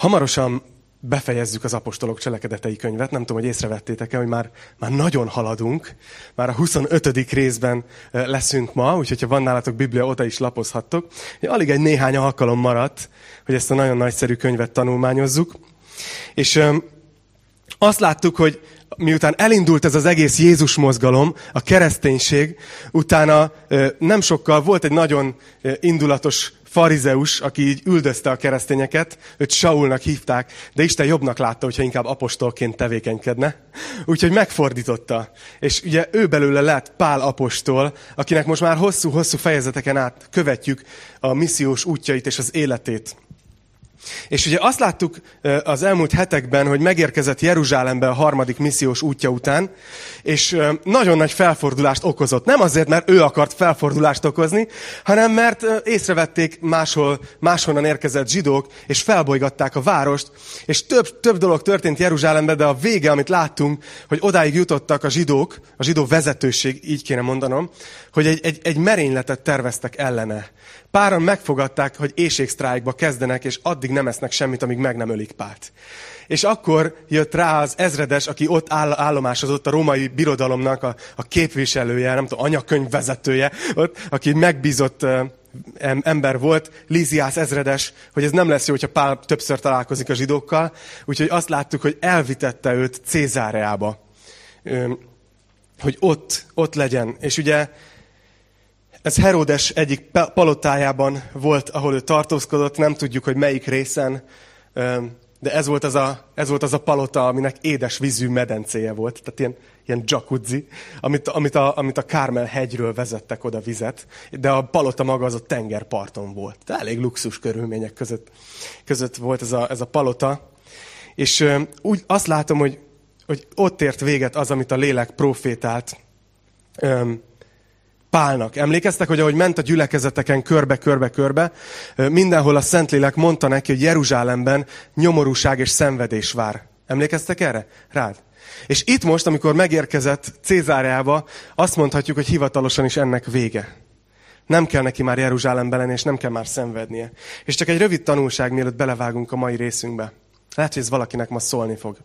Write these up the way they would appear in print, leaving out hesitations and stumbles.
Hamarosan befejezzük az apostolok cselekedetei könyvet. Nem tudom, hogy észrevettétek-e, hogy már nagyon haladunk. Már a 25. részben leszünk ma, úgyhogy ha van nálatok Biblia, oda is lapozhattok. Alig egy néhány alkalom maradt, hogy ezt a nagyon nagyszerű könyvet tanulmányozzuk. És azt láttuk, hogy miután elindult ez az egész Jézus mozgalom, a kereszténység, utána nem sokkal volt egy nagyon indulatos farizeus, aki így üldözte a keresztényeket, őt Saulnak hívták, de Isten jobbnak látta, hogyha inkább apostolként tevékenykedne. Úgyhogy megfordította. És ugye ő belőle lett Pál apostol, akinek most már hosszú-hosszú fejezeteken át követjük a missziós útjait és az életét. És ugye azt láttuk az elmúlt hetekben, hogy megérkezett Jeruzsálembe a harmadik missziós útja után, és nagyon nagy felfordulást okozott. Nem azért, mert ő akart felfordulást okozni, hanem mert észrevették máshonnan érkezett zsidók, és felbolygatták a várost, és több dolog történt Jeruzsálemben, de a vége, amit láttunk, hogy odáig jutottak a zsidó vezetőség, így kéne mondanom, hogy egy merényletet terveztek ellene. Páran megfogadták, hogy éhségsztrájkba kezdenek, és addig nem esznek semmit, amíg meg nem ölik Pált. És akkor jött rá az ezredes, aki ott állomásozott, a római birodalomnak a képviselője, nem tudom, anyakönyvvezetője, ott, aki megbízott ember volt, Líziász ezredes, hogy ez nem lesz jó, hogyha Pál többször találkozik a zsidókkal. Úgyhogy azt láttuk, hogy elvitette őt Cézáreába, hogy ott legyen. És ugye ez Heródes egyik palotájában volt, ahol ő tartózkodott, nem tudjuk, hogy melyik részen, de ez volt az a palota, aminek édes vízű medencéje volt, tehát ilyen jacuzzi, amit a Kármel hegyről vezettek oda vizet, de a palota maga az a tengerparton volt. De elég luxus körülmények között volt ez a palota. És úgy azt látom, hogy ott ért véget az, amit a lélek profétált Pálnak. Emlékeztek, hogy ahogy ment a gyülekezeteken körbe, mindenhol a Szentlélek mondta neki, hogy Jeruzsálemben nyomorúság és szenvedés vár. Emlékeztek erre? Rád. És itt most, amikor megérkezett Cézáreába, azt mondhatjuk, hogy hivatalosan is ennek vége. Nem kell neki már Jeruzsálemben lenni, és nem kell már szenvednie. És csak egy rövid tanulság, mielőtt belevágunk a mai részünkbe. Lehet, hogy ez valakinek ma szólni fog.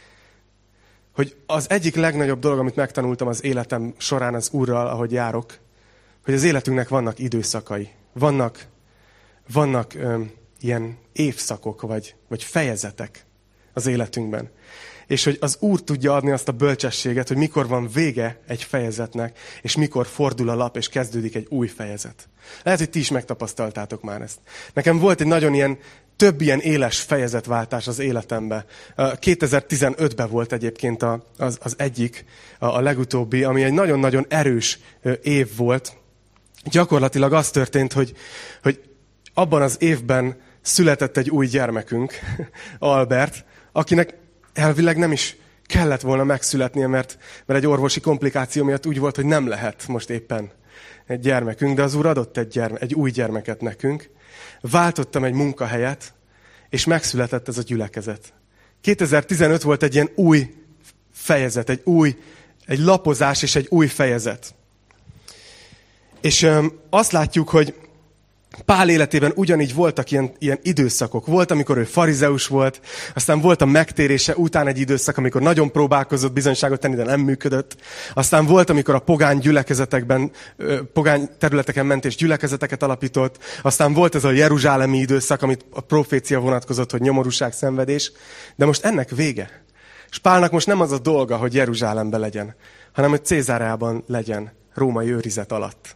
Hogy az egyik legnagyobb dolog, amit megtanultam az életem során az Úrral, ahogy járok, hogy az életünknek vannak időszakai. Vannak ilyen évszakok, vagy fejezetek az életünkben. És hogy az Úr tudja adni azt a bölcsességet, hogy mikor van vége egy fejezetnek, és mikor fordul a lap, és kezdődik egy új fejezet. Lehet, hogy ti is megtapasztaltátok már ezt. Nekem volt egy több ilyen éles fejezetváltás az életemben. 2015-ben volt egyébként az egyik, a legutóbbi, ami egy nagyon-nagyon erős év volt. Gyakorlatilag az történt, hogy abban az évben született egy új gyermekünk, Albert, akinek elvileg nem is kellett volna megszületnie, mert egy komplikáció miatt úgy volt, hogy nem lehet most éppen egy gyermekünk, de az Úr adott egy új gyermeket nekünk. Váltottam egy munkahelyet, és megszületett ez a gyülekezet. 2015 volt egy ilyen új fejezet, egy lapozás és egy új fejezet. És azt látjuk, hogy Pál életében ugyanígy voltak ilyen időszakok. Volt, amikor ő farizeus volt, aztán volt a megtérése után egy időszak, amikor nagyon próbálkozott bizonyságot tenni, de nem működött. Aztán volt, amikor a pogány területeken ment és gyülekezeteket alapított. Aztán volt ez a jeruzsálemi időszak, amit a profécia vonatkozott, hogy nyomorúság, szenvedés. De most ennek vége. És Pálnak most nem az a dolga, hogy Jeruzsálemben legyen, hanem hogy Cézáreában legyen, római őrizet alatt.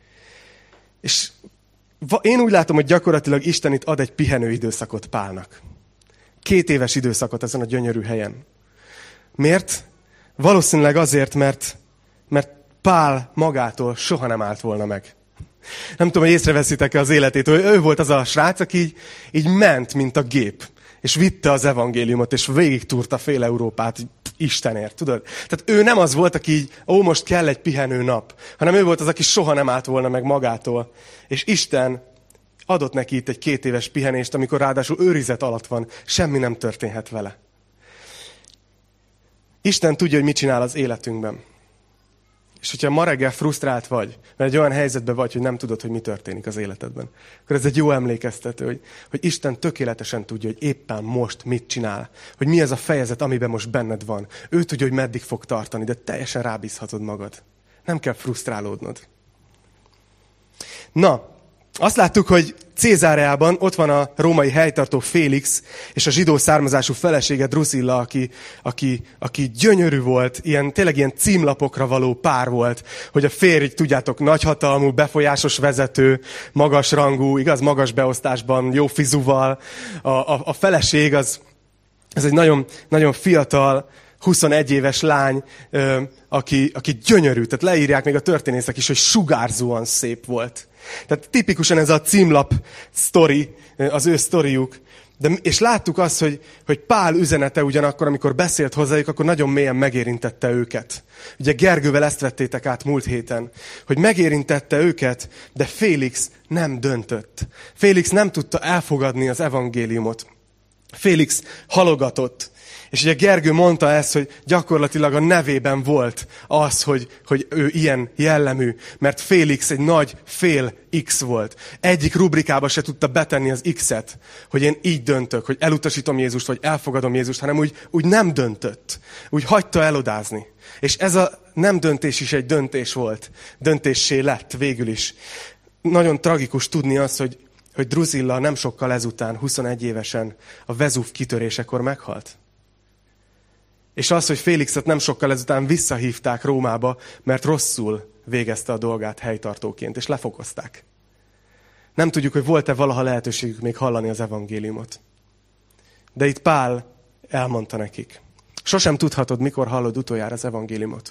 És én úgy látom, hogy gyakorlatilag Isten itt ad egy pihenő időszakot Pálnak. 2 éves időszakot ezen a gyönyörű helyen. Miért? Valószínűleg azért, mert Pál magától soha nem állt volna meg. Nem tudom, hogy észreveszitek-e az életét, hogy ő volt az a srác, aki így ment, mint a gép, és vitte az evangéliumot, és végig túrta fél Európát Istenért, tudod? Tehát ő nem az volt, aki így, most kell egy pihenő nap, hanem ő volt az, aki soha nem állt volna meg magától. És Isten adott neki itt egy 2 éves pihenést, amikor ráadásul őrizet alatt van, semmi nem történhet vele. Isten tudja, hogy mit csinál az életünkben. És hogyha ma reggel frusztrált vagy, mert egy olyan helyzetben vagy, hogy nem tudod, hogy mi történik az életedben, akkor ez egy jó emlékeztető, hogy Isten tökéletesen tudja, hogy éppen most mit csinál. Hogy mi az a fejezet, amiben most benned van. Ő tudja, hogy meddig fog tartani, de teljesen rábízhatod magad. Nem kell frusztrálódnod. Na, azt láttuk, hogy Cézáreában ott van a római helytartó Félix, és a zsidó származású felesége Drusilla, aki gyönyörű volt, tényleg ilyen címlapokra való pár volt, hogy a férj, tudjátok, nagyhatalmú, befolyásos vezető, magas rangú, igaz, magas beosztásban, jó fizuval. A feleség az egy nagyon, nagyon fiatal, 21 éves lány, aki gyönyörű. Tehát leírják még a történészek is, hogy sugárzóan szép volt. Tehát tipikusan ez a címlap sztori, az ő sztoriuk. És láttuk azt, hogy Pál üzenete ugyanakkor, amikor beszélt hozzájuk, akkor nagyon mélyen megérintette őket. Ugye Gergővel ezt vettétek át múlt héten, hogy megérintette őket, de Félix nem döntött. Félix nem tudta elfogadni az evangéliumot. Félix halogatott. És ugye Gergő mondta ezt, hogy gyakorlatilag a nevében volt az, hogy ő ilyen jellemű, mert Félix egy nagy fél X volt. Egyik rubrikába se tudta betenni az X-et, hogy én így döntök, hogy elutasítom Jézust, vagy elfogadom Jézust, hanem úgy nem döntött. Úgy hagyta elodázni. És ez a nem döntés is egy döntés volt. Döntéssé lett végül is. Nagyon tragikus tudni azt, hogy Drusilla nem sokkal ezután, 21 évesen a Vezúv kitörésekor meghalt. És az, hogy Félixet nem sokkal ezután visszahívták Rómába, mert rosszul végezte a dolgát helytartóként, és lefokozták. Nem tudjuk, hogy volt-e valaha lehetőségük még hallani az evangéliumot. De itt Pál elmondta nekik. Sosem tudhatod, mikor hallod utoljára az evangéliumot.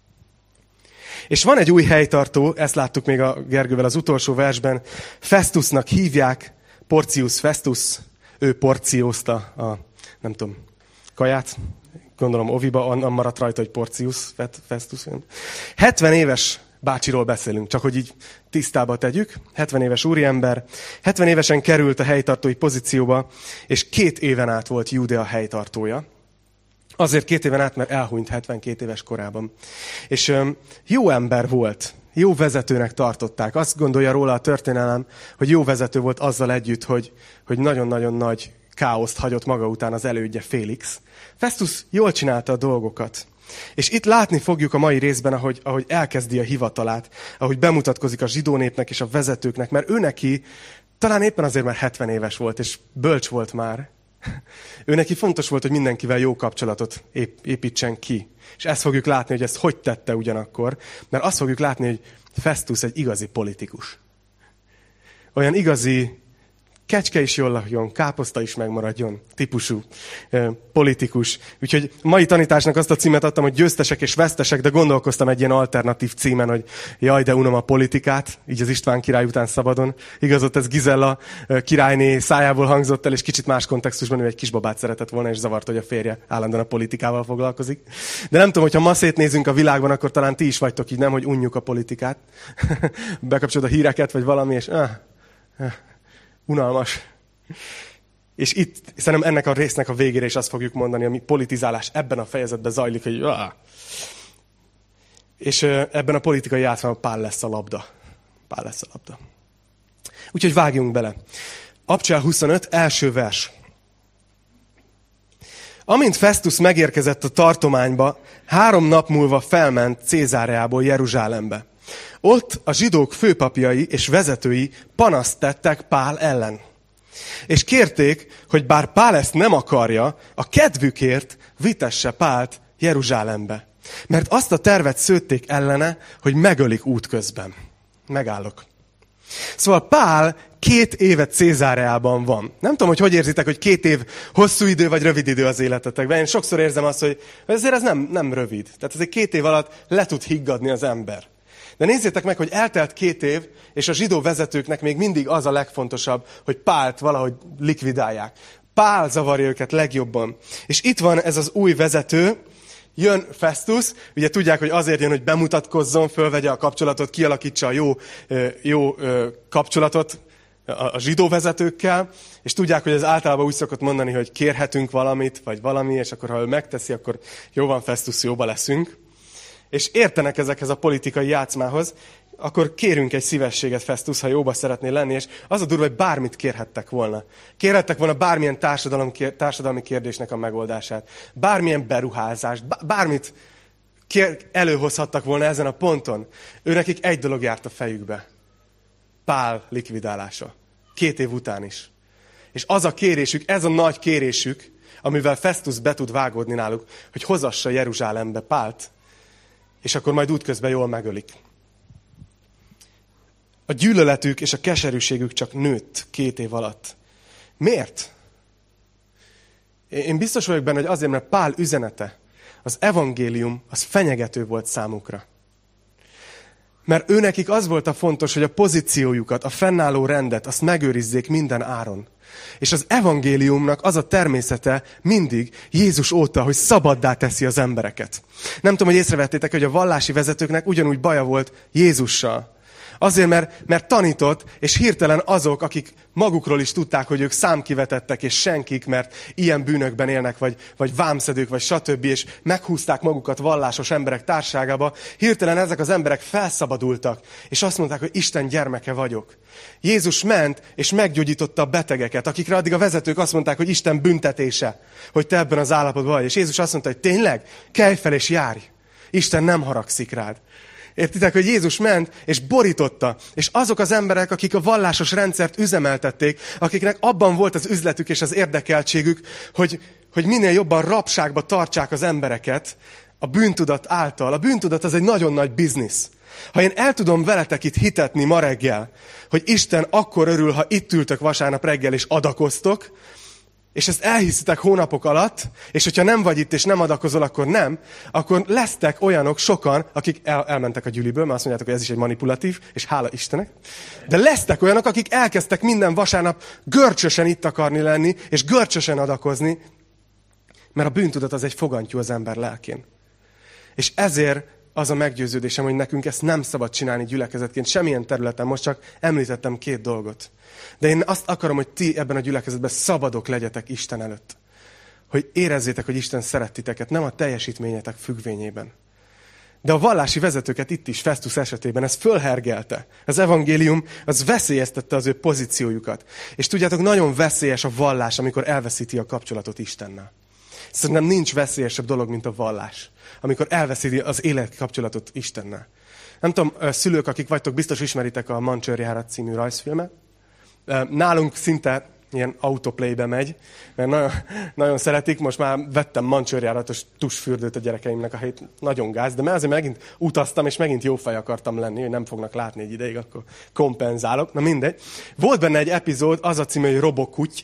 És van egy új helytartó, ezt láttuk még a Gergővel az utolsó versben, Festusnak hívják, Porcius Festus, ő porciózta a, nem tudom, kaját, gondolom Oviba, onnan maradt rajta, hogy Porcius Festus. 70 éves bácsiról beszélünk, csak hogy így tisztába tegyük. 70 éves úriember, 70 évesen került a helytartói pozícióba, és 2 éven át volt Júdea helytartója. Azért 2 éven át, mert elhunyt 72 éves korában. És jó ember volt, jó vezetőnek tartották. Azt gondolja róla a történelem, hogy jó vezető volt azzal együtt, hogy nagyon-nagyon nagy káoszt hagyott maga után az elődje Félix. Festus jól csinálta a dolgokat. És itt látni fogjuk a mai részben, ahogy elkezdi a hivatalát, ahogy bemutatkozik a zsidó népnek és a vezetőknek, mert ő neki talán éppen azért, mert 70 éves volt, és bölcs volt már. Ő neki fontos volt, hogy mindenkivel jó kapcsolatot építsen ki. És ezt fogjuk látni, hogy ezt hogy tette ugyanakkor, mert azt fogjuk látni, hogy Festus egy igazi politikus. Olyan igazi kecske is jól lakjon, káposzta is megmaradjon, típusú politikus. Úgyhogy mai tanításnak azt a címet adtam, hogy győztesek és vesztesek, de gondolkoztam egy ilyen alternatív címen, hogy jaj, de unom a politikát, így az István király után szabadon. Igazott, ez Gizella királyné szájából hangzott el, és kicsit más kontextusban, ő egy kisbabát szeretett volna, és zavart, hogy a férje állandóan a politikával foglalkozik. De nem tudom, hogyha ma szétnézünk a világban, akkor talán ti is vagytok így, nem, hogy unjuk a politikát. Bekapcsolod a híreket, vagy valami, és unalmas. És itt szerintem ennek a résznek a végére is azt fogjuk mondani, ami politizálás ebben a fejezetben zajlik, hogy és ebben a politikai játszmában Pál lesz a labda. Pál lesz a labda. Úgyhogy vágjunk bele. Abcsel 25, első vers. Amint Festus megérkezett a tartományba, 3 nap múlva felment Cézáreából Jeruzsálembe. Ott a zsidók főpapjai és vezetői panaszt tettek Pál ellen. És kérték, hogy bár Pál ezt nem akarja, a kedvükért vitesse Pált Jeruzsálembe. Mert azt a tervet szőtték ellene, hogy megölik útközben. Megállok. Szóval Pál 2 éve Cézáreában van. Nem tudom, hogy érzitek, hogy 2 év hosszú idő vagy rövid idő az életetekben. Én sokszor érzem azt, hogy ezért ez nem rövid. Tehát ezért 2 év alatt le tud higgadni az ember. De nézzétek meg, hogy eltelt 2 év, és a zsidó vezetőknek még mindig az a legfontosabb, hogy Pált valahogy likvidálják. Pál zavarja őket legjobban. És itt van ez az új vezető, jön Festus, ugye tudják, hogy azért jön, hogy bemutatkozzon, fölvegye a kapcsolatot, kialakítsa a jó kapcsolatot a zsidó vezetőkkel, és tudják, hogy ez általában úgy szokott mondani, hogy kérhetünk valamit, vagy valami, és akkor ha ő megteszi, akkor jó van, Festus, jóba leszünk. és értenek ezekhez a politikai játszmához, akkor kérünk egy szívességet, Festus, ha jóba szeretnél lenni, és az a durva, hogy bármit kérhettek volna. Kérhettek volna bármilyen társadalmi kérdésnek a megoldását, bármilyen beruházást, bármit előhozhattak volna ezen a ponton. Őnekik egy dolog járt a fejükbe. Pál likvidálása. 2 év után is. És az a kérésük, ez a nagy kérésük, amivel Festus be tud vágódni náluk, hogy hozassa Jeruzsálembe Pált, és akkor majd útközben jól megölik. A gyűlöletük és a keserűségük csak nőtt 2 év alatt. Miért? Én biztos vagyok benne, hogy azért, mert Pál üzenete, az evangélium, az fenyegető volt számukra. Mert őnekik az volt a fontos, hogy a pozíciójukat, a fennálló rendet, azt megőrizzék minden áron. És az evangéliumnak az a természete mindig Jézus óta, hogy szabaddá teszi az embereket. Nem tudom, hogy észrevettétek, hogy a vallási vezetőknek ugyanúgy baja volt Jézussal. Azért, mert tanított, és hirtelen azok, akik magukról is tudták, hogy ők számkivetettek, és senkik, mert ilyen bűnökben élnek, vagy vámszedők, vagy stb., és meghúzták magukat vallásos emberek társágába, hirtelen ezek az emberek felszabadultak, és azt mondták, hogy Isten gyermeke vagyok. Jézus ment, és meggyógyította a betegeket, akikre addig a vezetők azt mondták, hogy Isten büntetése, hogy te ebben az állapotban vagy. És Jézus azt mondta, hogy tényleg, kelj fel és járj. Isten nem haragszik rád. Értitek, hogy Jézus ment, és borította. És azok az emberek, akik a vallásos rendszert üzemeltették, akiknek abban volt az üzletük és az érdekeltségük, hogy minél jobban rabságba tartsák az embereket a bűntudat által. A bűntudat az egy nagyon nagy biznisz. Ha én el tudom veletek itt hitetni ma reggel, hogy Isten akkor örül, ha itt ültök vasárnap reggel és adakoztok, és ezt elhiszitek hónapok alatt, és hogyha nem vagy itt és nem adakozol, akkor nem, akkor lesztek olyanok sokan, akik elmentek a gyűliből, mert azt mondjátok, hogy ez is egy manipulatív, és hála Istennek. De lesztek olyanok, akik elkezdtek minden vasárnap görcsösen itt akarni lenni, és görcsösen adakozni, mert a bűntudat az egy fogantyú az ember lelkén. És ezért az a meggyőződésem, hogy nekünk ezt nem szabad csinálni gyülekezetként, semmilyen területen. Most csak említettem 2 dolgot. De én azt akarom, hogy ti ebben a gyülekezetben szabadok legyetek Isten előtt. Hogy érezzétek, hogy Isten szeret titeket, nem a teljesítményetek függvényében. De a vallási vezetőket itt is, Festus esetében, ez fölhergelte. Az evangélium, az veszélyeztette az ő pozíciójukat. És tudjátok, nagyon veszélyes a vallás, amikor elveszíti a kapcsolatot Istennel. Szerintem nincs veszélyesebb dolog, mint a vallás. Amikor elveszíti az életkapcsolatot Istennel. Nem tudom, szülők, akik vagytok, biztos ismeritek a Mancsőrjárat című rajzfilmet. Nálunk szinte ilyen autoplaybe megy, mert nagyon, nagyon szeretik. Most már vettem mancsőrjáratos tusfürdőt a gyerekeimnek a helyét. Nagyon gáz, de azért megint utaztam, és megint jó fej akartam lenni, hogy nem fognak látni egy ideig, akkor kompenzálok. Na mindegy. Volt benne egy epizód, az a címe, hogy Robokuty,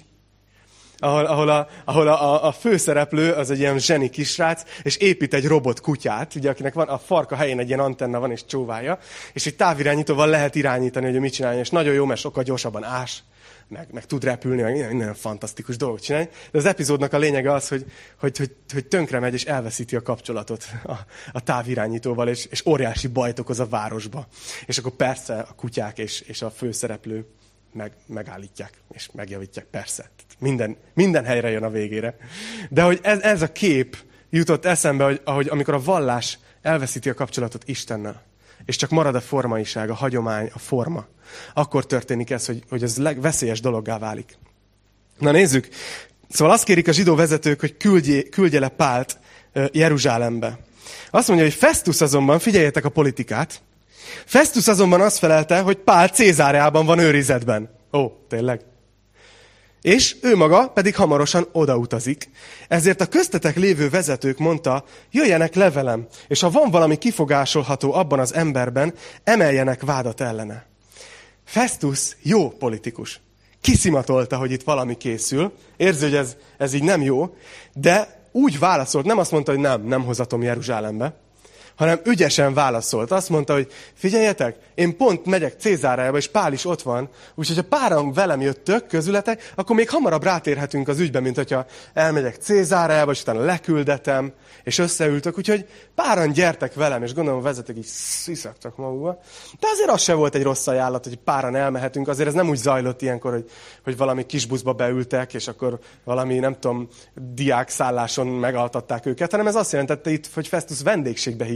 ahol a főszereplő az egy ilyen zseni kisrác, és épít egy robot kutyát, ugye, akinek van a farka helyén egy ilyen antenna van, és csóválja, és egy távirányítóval lehet irányítani, hogy mit csinálja, és nagyon jó, mert sokkal gyorsabban ás, meg tud repülni, meg nagyon fantasztikus dolgot csinálni. De az epizódnak a lényege az, hogy tönkre megy, és elveszíti a kapcsolatot a távirányítóval, és óriási bajt okoz a városba. És akkor persze a kutyák és a főszereplő megállítják, és megjavítják, persze. Minden helyre jön a végére. De hogy ez a kép jutott eszembe, hogy amikor a vallás elveszíti a kapcsolatot Istennel, és csak marad a formaiság, a hagyomány, a forma, akkor történik ez, hogy ez veszélyes dologgá válik. Na nézzük. Szóval azt kérik a zsidó vezetők, hogy küldje le Pált Jeruzsálembe. Azt mondja, hogy Festus azonban, figyeljetek a politikát, Festus azonban azt felelte, hogy Pál Cézáreában van őrizetben. Ó, tényleg? És ő maga pedig hamarosan odautazik. Ezért a köztetek lévő vezetők mondta, jöjjenek le velem, és ha van valami kifogásolható abban az emberben, emeljenek vádat ellene. Festus jó politikus. Kiszimatolta, hogy itt valami készül. Érzi, hogy ez így nem jó, de úgy válaszolt, nem azt mondta, hogy nem hozatom Jeruzsálembe, hanem ügyesen válaszolt. Azt mondta, hogy figyeljetek, én pont megyek Cézáreába, és Pál is ott van, úgyhogy ha páran velem jöttök közületek, akkor még hamarabb rátérhetünk az ügybe, mint hogyha elmegyek Cézáreába, és utána leküldetem, és összeültök. Úgyhogy páran gyertek velem, és gondolom a vezetők így sziszaktak magukba. De azért az se volt egy rossz ajánlat, hogy páran elmehetünk. Azért ez nem úgy zajlott ilyenkor, hogy valami kis buszba beültek, és akkor valami, nem tudom, diákszálláson megaltatták őket, hanem ez azt jelentette itt, hogy Festus vendégségbe hívja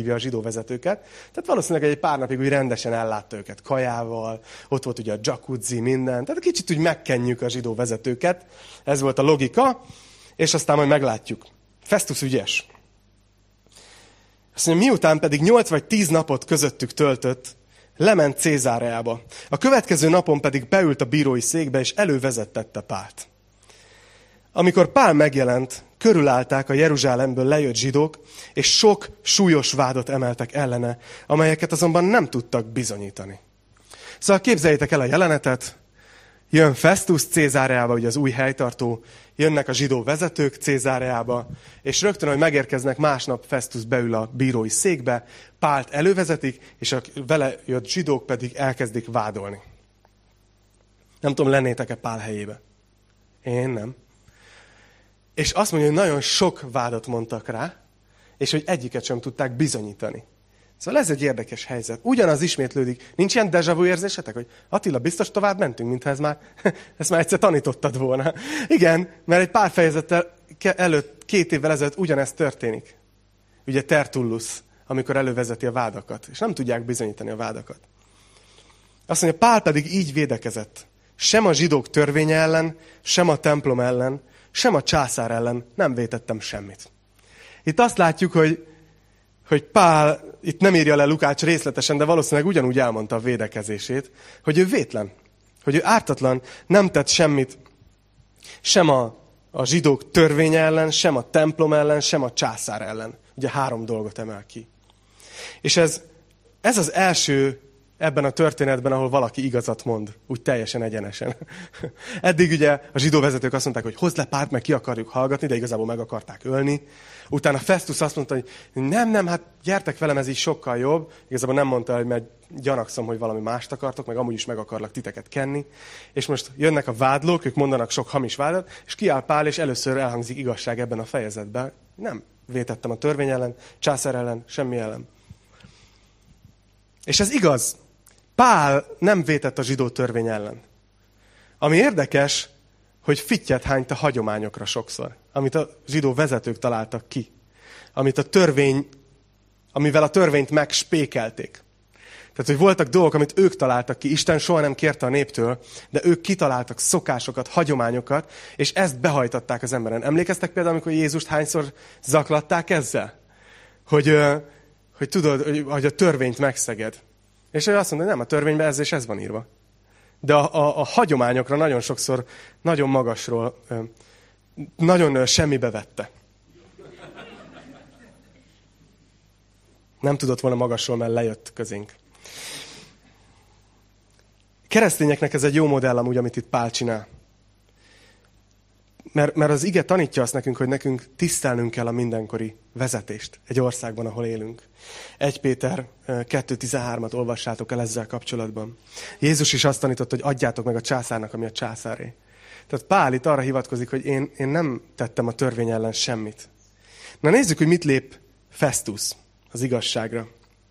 meghívja a zsidó vezetőket. Tehát valószínűleg egy pár napig úgy rendesen ellátta őket kajával, ott volt ugye a jacuzzi, minden. Tehát kicsit úgy megkenjük a zsidó vezetőket. Ez volt a logika, és aztán majd meglátjuk. Festus ügyes. Azt mondja, miután pedig 8 vagy 10 napot közöttük töltött, lement Cézáreába. A következő napon pedig beült a bírói székbe, és elővezettette Pált. Amikor Pál megjelent, körülállták a Jeruzsálemből lejött zsidók, és sok súlyos vádot emeltek ellene, amelyeket azonban nem tudtak bizonyítani. Szóval képzeljétek el a jelenetet, jön Festus Cézáreába, ugye az új helytartó, jönnek a zsidó vezetők Cézáreába, és rögtön, hogy megérkeznek, másnap Festus beül a bírói székbe, Pált elővezetik, és a vele jött zsidók pedig elkezdik vádolni. Nem tudom, lennétek-e Pál helyébe? Én nem. És azt mondja, hogy nagyon sok vádat mondtak rá, és hogy egyiket sem tudták bizonyítani. Szóval ez egy érdekes helyzet. Ugyanaz ismétlődik. Nincs ilyen déjà vu érzésetek, hogy Attila, biztos tovább mentünk, mintha ezt már egyszer tanítottad volna. Igen, mert egy pár fejezettel előtt, 2 évvel ezelőtt ugyanezt történik. Ugye Tertullus, amikor elővezeti a vádakat, és nem tudják bizonyítani a vádakat. Azt mondja, Pál pedig így védekezett. Sem a zsidók törvénye ellen, sem a templom ellen, sem a császár ellen nem vétettem semmit. Itt azt látjuk, hogy Pál, itt nem írja le Lukács részletesen, de valószínűleg ugyanúgy elmondta a védekezését, hogy ő vétlen, hogy ő ártatlan, nem tett semmit sem a zsidók törvénye ellen, sem a templom ellen, sem a császár ellen. Ugye 3 dolgot emel ki. És ez az első ebben a történetben, ahol valaki igazat mond, úgy teljesen egyenesen. Eddig ugye a zsidó vezetők azt mondták, hogy hozd le Pált, meg ki akarjuk hallgatni, de igazából meg akarták ölni. Utána Festus azt mondta, hogy nem, hát gyertek velem, ez így sokkal jobb. Igazából nem mondta, hogy mert gyanakszom, hogy valami mást akartok, meg amúgy is meg akarlak titeket kenni. És most jönnek a vádlók, ők mondanak sok hamis vádat, és kiáll Pál, és először elhangzik igazság ebben a fejezetben. Nem vétettem a törvény ellen, császár ellen, semmi ellen. És ez igaz. Pál nem vétett a zsidó törvény ellen. Ami érdekes, hogy fittyet hányt a hagyományokra sokszor, amit a zsidó vezetők találtak ki. Amivel a törvényt megspékelték. Tehát, hogy voltak dolgok, amit ők találtak ki. Isten soha nem kérte a néptől, de ők kitaláltak szokásokat, hagyományokat, és ezt behajtatták az emberen. Emlékeztek például, amikor Jézust hányszor zaklatták ezzel? Hogy tudod, hogy a törvényt megszeged. És ő azt mondta, hogy nem, a törvényben ez és ez van írva. De a hagyományokra nagyon sokszor, nagyon magasról, nagyon semmibe vette. Nem tudott volna magasról, mert lejött közénk. Keresztényeknek ez egy jó modell amúgy, amit itt Pál csinál. Mert az ige tanítja azt nekünk, hogy nekünk tisztelnünk kell a mindenkori vezetést egy országban, ahol élünk. 1 Péter 2.13-at olvassátok el ezzel kapcsolatban. Jézus is azt tanított, hogy adjátok meg a császárnak, ami a császáré. Tehát Pál itt arra hivatkozik, hogy én nem tettem a törvény ellen semmit. Na nézzük, hogy mit lép Festus az igazságra.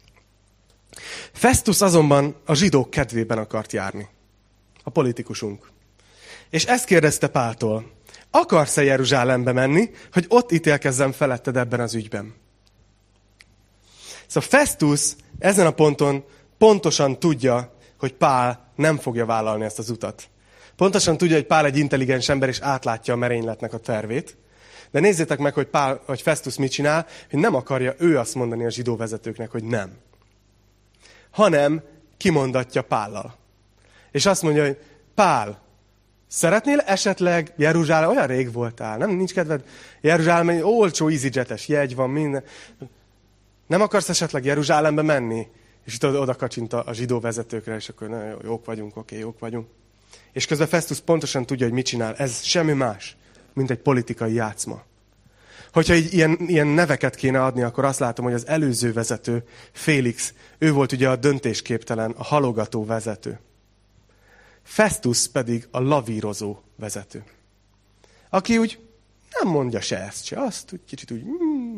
Festus azonban a zsidók kedvében akart járni. A politikusunk. És ezt kérdezte Páltól. Akarsz-e Jeruzsálembe menni, hogy ott ítélkezzem feletted ebben az ügyben? Szóval Festus ezen a ponton pontosan tudja, hogy Pál nem fogja vállalni ezt az utat. Pontosan tudja, hogy Pál egy intelligens ember, és átlátja a merényletnek a tervét. De nézzétek meg, hogy Festus mit csinál, hogy nem akarja ő azt mondani a zsidó vezetőknek, hogy nem. Hanem kimondatja Pállal. És azt mondja, hogy Pál, szeretnél esetleg Jeruzsálem, olyan rég voltál, nem nincs kedved? Jeruzsálem, egy olcsó EasyJet-es jegy van, minden. Nem akarsz esetleg Jeruzsálembe menni? És itt oda kacsint a zsidó vezetőkre, és akkor na, jók vagyunk, oké, jók vagyunk. És közben Festus pontosan tudja, hogy mit csinál. Ez semmi más, mint egy politikai játszma. Hogyha ilyen neveket kéne adni, akkor azt látom, hogy az előző vezető, Félix, ő volt ugye a döntésképtelen, a halogató vezető. Festus pedig a lavírozó vezető. Aki úgy nem mondja se ezt, se azt, úgy kicsit úgy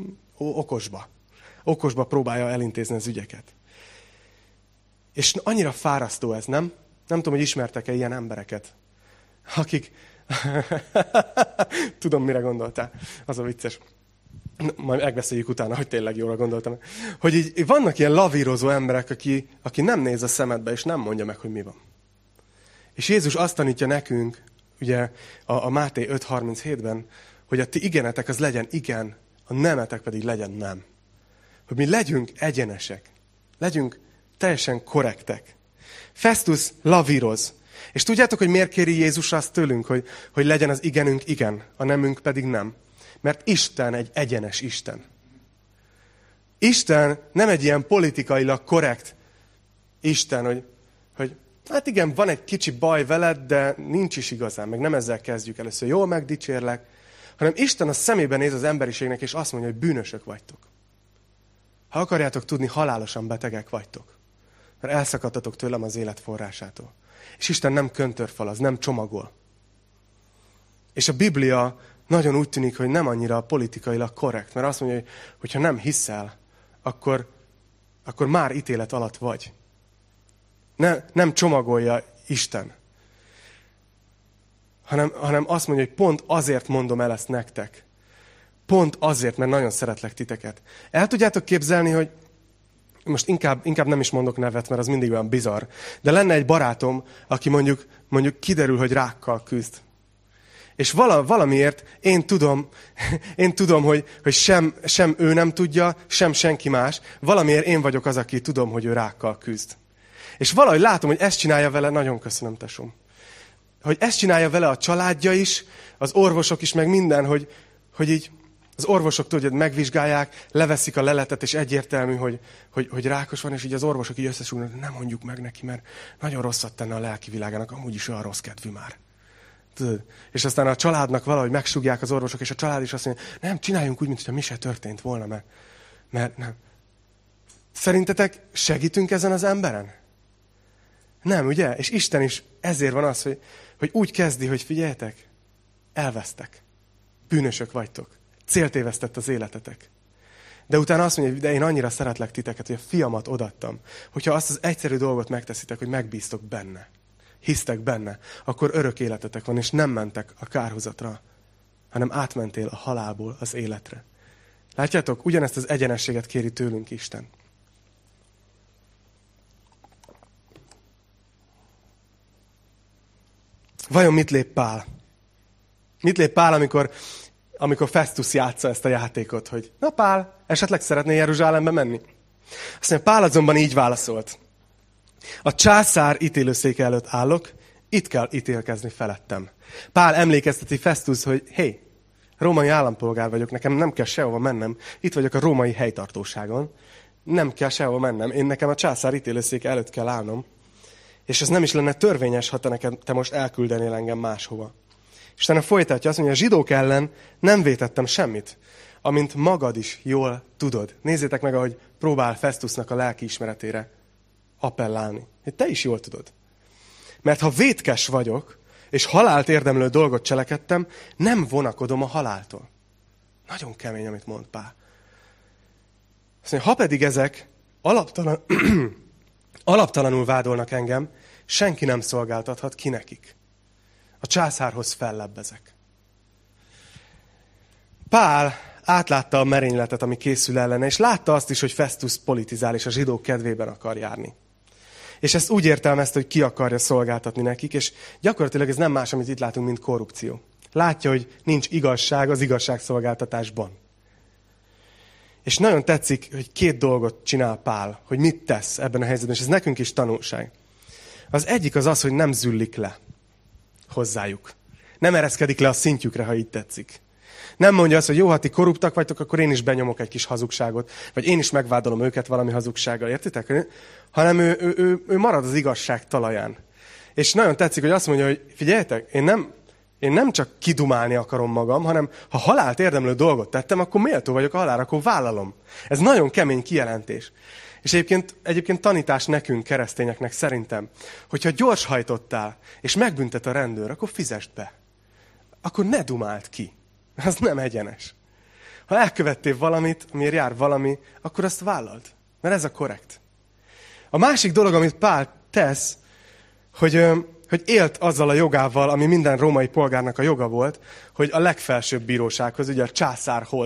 okosba próbálja elintézni az ügyeket. És annyira fárasztó ez, nem? Nem tudom, hogy ismertek-e ilyen embereket, akik... Tudom, mire gondoltál. Az a vicces. majd megbeszéljük utána, hogy tényleg jóra gondoltam, hogy így vannak ilyen lavírozó emberek, aki nem néz a szemedbe, és nem mondja meg, hogy mi van. És Jézus azt tanítja nekünk, ugye a Máté 5.37-ben, hogy a ti igenetek az legyen igen, a nemetek pedig legyen nem. Hogy mi legyünk egyenesek, legyünk teljesen korrektek. Festus lavíroz. És tudjátok, hogy miért kéri Jézus azt tőlünk, hogy legyen az igenünk igen, a nemünk pedig nem? Mert Isten egy egyenes Isten. Isten nem egy ilyen politikailag korrekt Isten, hogy hát igen, van egy kicsi baj veled, de nincs is igazán, meg nem ezzel kezdjük először. Jól megdicsérlek, hanem Isten a szemébe néz az emberiségnek, és azt mondja, hogy bűnösök vagytok. Ha akarjátok tudni, halálosan betegek vagytok. Mert elszakadtatok tőlem az élet forrásától. És Isten nem köntörfalaz, nem csomagol. És a Biblia nagyon úgy tűnik, hogy nem annyira politikailag korrekt, mert azt mondja, hogy ha nem hiszel, akkor már ítélet alatt vagy. Nem csomagolja Isten. Hanem azt mondja, hogy pont azért mondom el ezt nektek. Pont azért, mert nagyon szeretlek titeket. El tudjátok képzelni, hogy most inkább nem is mondok nevet, mert az mindig olyan bizarr, de lenne egy barátom, aki mondjuk kiderül, hogy rákkal küzd. És valamiért én tudom, hogy sem ő nem tudja, sem senki más. Valamiért én vagyok az, aki tudom, hogy ő rákkal küzd. És valahogy látom, hogy ezt csinálja vele, nagyon köszönöm, tesóm. Hogy ezt csinálja vele a családja is, az orvosok is, meg minden, hogy így az orvosok tudod, megvizsgálják, leveszik a leletet, és egyértelmű, hogy rákos van, és így az orvosok így összesúgnak, nem mondjuk meg neki, mert nagyon rosszat tenne a lelki világának, amúgy is olyan rossz kedvű már. Tudod? És aztán a családnak valahogy megsúgják az orvosok, és a család is azt mondja, nem, csináljunk úgy, mintha mi se történt volna, mert nem. Szerintetek segítünk ezen az emberen? Nem, ugye? És Isten is ezért van az, hogy úgy kezdi, hogy figyeljetek, elvesztek. Bűnösök vagytok. Céltévesztett az életetek. De utána azt mondja, hogy de én annyira szeretlek titeket, hogy a fiamat odaadtam. Hogyha azt az egyszerű dolgot megteszitek, hogy megbíztok benne, hisztek benne, akkor örök életetek van, és nem mentek a kárhozatra, hanem átmentél a halálból az életre. Látjátok, ugyanezt az egyenességet kéri tőlünk Isten. Vajon mit lép Pál? Mit lép Pál, amikor Festus játsza ezt a játékot, hogy na Pál, esetleg szeretnél Jeruzsálembe menni? Azt mondja, Pál azonban így válaszolt. A császár ítélőszéke előtt állok, itt kell ítélkezni felettem. Pál emlékezteti Festus, hogy hé, római állampolgár vagyok, nekem nem kell sehova mennem, itt vagyok a római helytartóságon, nem kell sehova mennem, nekem a császár ítélőszéke előtt kell állnom, és ez nem is lenne törvényes, ha te most elküldenél engem máshova. És utána folytatja, azt mondja, a zsidók ellen nem vétettem semmit, amint magad is jól tudod. Nézzétek meg, ahogy próbál Festusnak a lelkiismeretére appellálni. Hogy te is jól tudod. Mert ha vétkes vagyok, és halált érdemlő dolgot cselekedtem, nem vonakodom a haláltól. Nagyon kemény, amit mond Pál. Azt mondja, ha pedig ezek alaptalanul vádolnak engem, senki nem szolgáltathat ki nekik. A császárhoz fellebbezek. Pál átlátta a merényletet, ami készül ellene, és látta azt is, hogy Festus politizál, és a zsidók kedvében akar járni. És ezt úgy értelmezte, hogy ki akarja szolgáltatni nekik, és gyakorlatilag ez nem más, amit itt látunk, mint korrupció. Látja, hogy nincs igazság az igazságszolgáltatásban. És nagyon tetszik, hogy két dolgot csinál Pál, hogy mit tesz ebben a helyzetben, és ez nekünk is tanulság. Az egyik az, hogy nem züllik le hozzájuk. Nem ereszkedik le a szintjükre, ha így tetszik. Nem mondja azt, hogy jó, ha ti korruptak vagytok, akkor én is benyomok egy kis hazugságot, vagy én is megvádolom őket valami hazugsággal, értitek? Hanem ő marad az igazság talaján. És nagyon tetszik, hogy azt mondja, hogy figyeljetek, én nem csak kidumálni akarom magam, hanem ha halált érdemlő dolgot tettem, akkor méltó vagyok a halálra, akkor vállalom. Ez nagyon kemény kijelentés. És egyébként tanítás nekünk, keresztényeknek szerintem, hogyha gyorshajtottál, és megbüntet a rendőr, akkor fizesd be. Akkor ne dumáld ki. Az nem egyenes. Ha elkövettél valamit, amiért jár valami, akkor azt vállald. Mert ez a korrekt. A másik dolog, amit Pál tesz, hogy élt azzal a jogával, ami minden római polgárnak a joga volt, hogy a legfelsőbb bírósághoz, ugye a császárhoz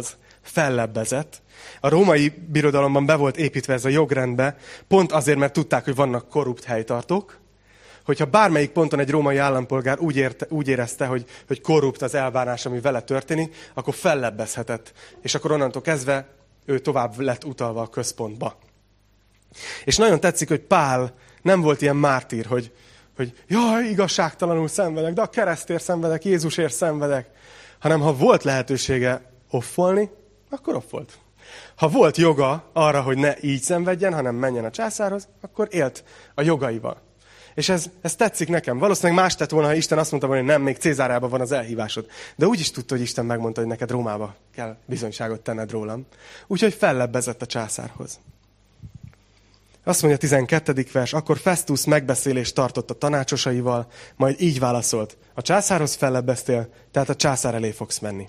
fellebbezett. A római birodalomban be volt építve ez a jogrendbe, pont azért, mert tudták, hogy vannak korrupt helytartók, hogyha bármelyik ponton egy római állampolgár úgy érezte, hogy korrupt az elbánás, ami vele történik, akkor fellebbezhetett. És akkor onnantól kezdve ő tovább lett utalva a központba. És nagyon tetszik, hogy Pál nem volt ilyen mártír, hogy jaj, igazságtalanul szenvedek, de a keresztért szenvedek, Jézusért szenvedek. Hanem ha volt lehetősége offolni, akkor offolt. Ha volt joga arra, hogy ne így szenvedjen, hanem menjen a császárhoz, akkor élt a jogaival. És ez tetszik nekem. Valószínűleg más tett volna, ha Isten azt mondta volna, hogy nem, még Cézárában van az elhívásod. De úgy is tudta, hogy Isten megmondta, hogy neked Rómába kell bizonyságot tenned rólam. Úgyhogy fellebbezett a császárhoz. Azt mondja 12. vers, akkor Festus megbeszélést tartott a tanácsosaival, majd így válaszolt. A császárhoz fellebbeztél, tehát a császár elé fogsz menni.